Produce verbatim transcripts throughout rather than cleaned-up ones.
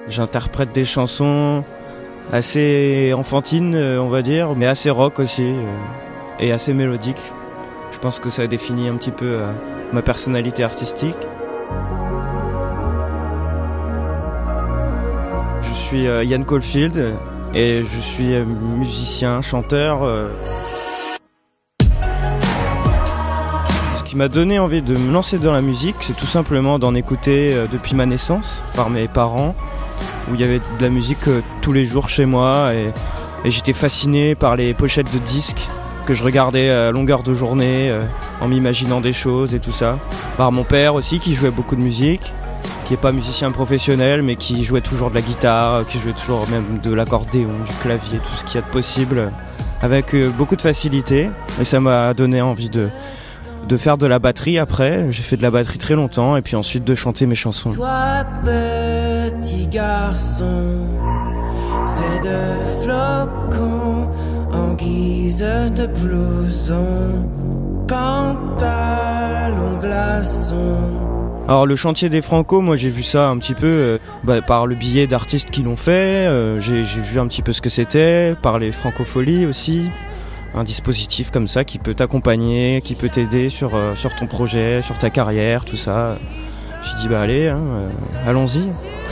J'interprète des chansons assez enfantines, on va dire, mais assez rock aussi, et assez mélodiques. Je pense que ça définit un petit peu ma personnalité artistique. Je suis Ian Caulfield et je suis musicien, chanteur. Ce qui m'a donné envie de me lancer dans la musique, c'est tout simplement d'en écouter depuis ma naissance, par mes parents, où il y avait de la musique tous les jours chez moi, et, et j'étais fasciné par les pochettes de disques que je regardais à longueur de journée, euh, en m'imaginant des choses et tout ça. Par mon père aussi, qui jouait beaucoup de musique, qui n'est pas musicien professionnel, mais qui jouait toujours de la guitare, qui jouait toujours même de l'accordéon, du clavier, tout ce qu'il y a de possible, avec euh, beaucoup de facilité. Et ça m'a donné envie de, de faire de la batterie après. J'ai fait de la batterie très longtemps, et puis ensuite de chanter mes chansons. Toi, petit garçon, fait de flocons en guise de blouson, pantalon glaçon. Alors le chantier des Franco, moi j'ai vu ça un petit peu euh, bah, par le biais d'artistes qui l'ont fait, euh, j'ai, j'ai vu un petit peu ce que c'était, par les Francofolies aussi, un dispositif comme ça qui peut t'accompagner, qui peut t'aider sur, euh, sur ton projet, sur ta carrière, tout ça. Je me suis dit bah allez, hein, euh, allons-y.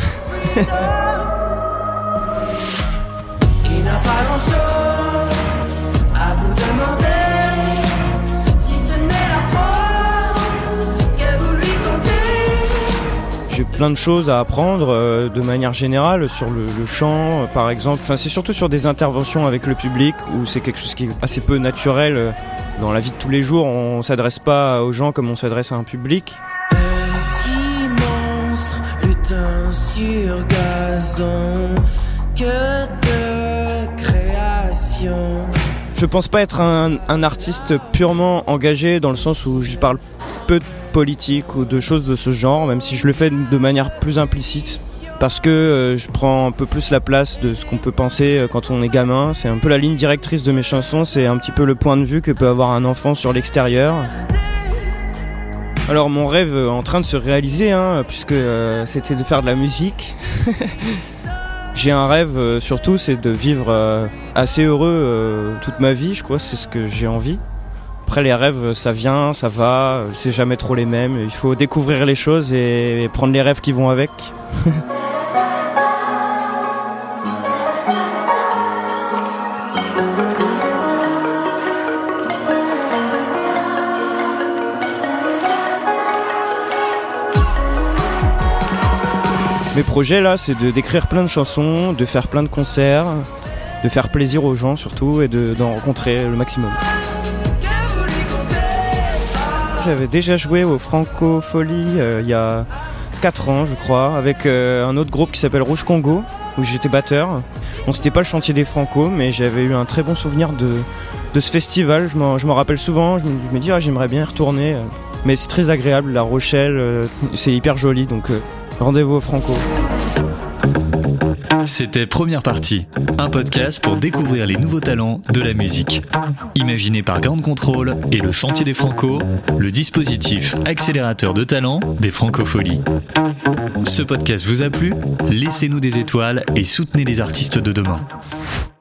Il n'a pas grand-chose à vous demander, si ce n'est la prose que vous lui comptez. J'ai plein de choses à apprendre euh, de manière générale sur le, le chant, euh, par exemple. Enfin, c'est surtout sur des interventions avec le public où c'est quelque chose qui est assez peu naturel. Euh, dans la vie de tous les jours, on s'adresse pas aux gens comme on s'adresse à un public. Petit monstre, lutin sur gazon, que de création. Je pense pas être un, un artiste purement engagé dans le sens où je parle peu de politique ou de choses de ce genre, même si je le fais de manière plus implicite, parce que euh, je prends un peu plus la place de ce qu'on peut penser euh, quand on est gamin. C'est un peu la ligne directrice de mes chansons, c'est un petit peu le point de vue que peut avoir un enfant sur l'extérieur. Alors mon rêve est en train de se réaliser, hein, puisque euh, c'était de faire de la musique. J'ai un rêve euh, surtout, c'est de vivre euh, assez heureux euh, toute ma vie, je crois, c'est ce que j'ai envie. Après les rêves, ça vient, ça va, c'est jamais trop les mêmes. Il faut découvrir les choses et, et prendre les rêves qui vont avec. Mes projets là, c'est de, d'écrire plein de chansons, de faire plein de concerts, de faire plaisir aux gens surtout et de, d'en rencontrer le maximum. J'avais déjà joué aux Francofolies euh, il y a quatre ans je crois, avec euh, un autre groupe qui s'appelle Rouge Congo, où j'étais batteur. Bon, c'était pas le chantier des Franco, mais j'avais eu un très bon souvenir de, de ce festival. Je m'en, je m'en rappelle souvent, je me, je me dis ah, j'aimerais bien y retourner. Mais c'est très agréable, La Rochelle, euh, c'est hyper joli, donc euh, rendez-vous aux Franco. C'était Première Partie, un podcast pour découvrir les nouveaux talents de la musique. Imaginé par Ground Control et le Chantier des Franco, le dispositif accélérateur de talent des Francofolies. Ce podcast vous a plu ? Laissez-nous des étoiles et soutenez les artistes de demain.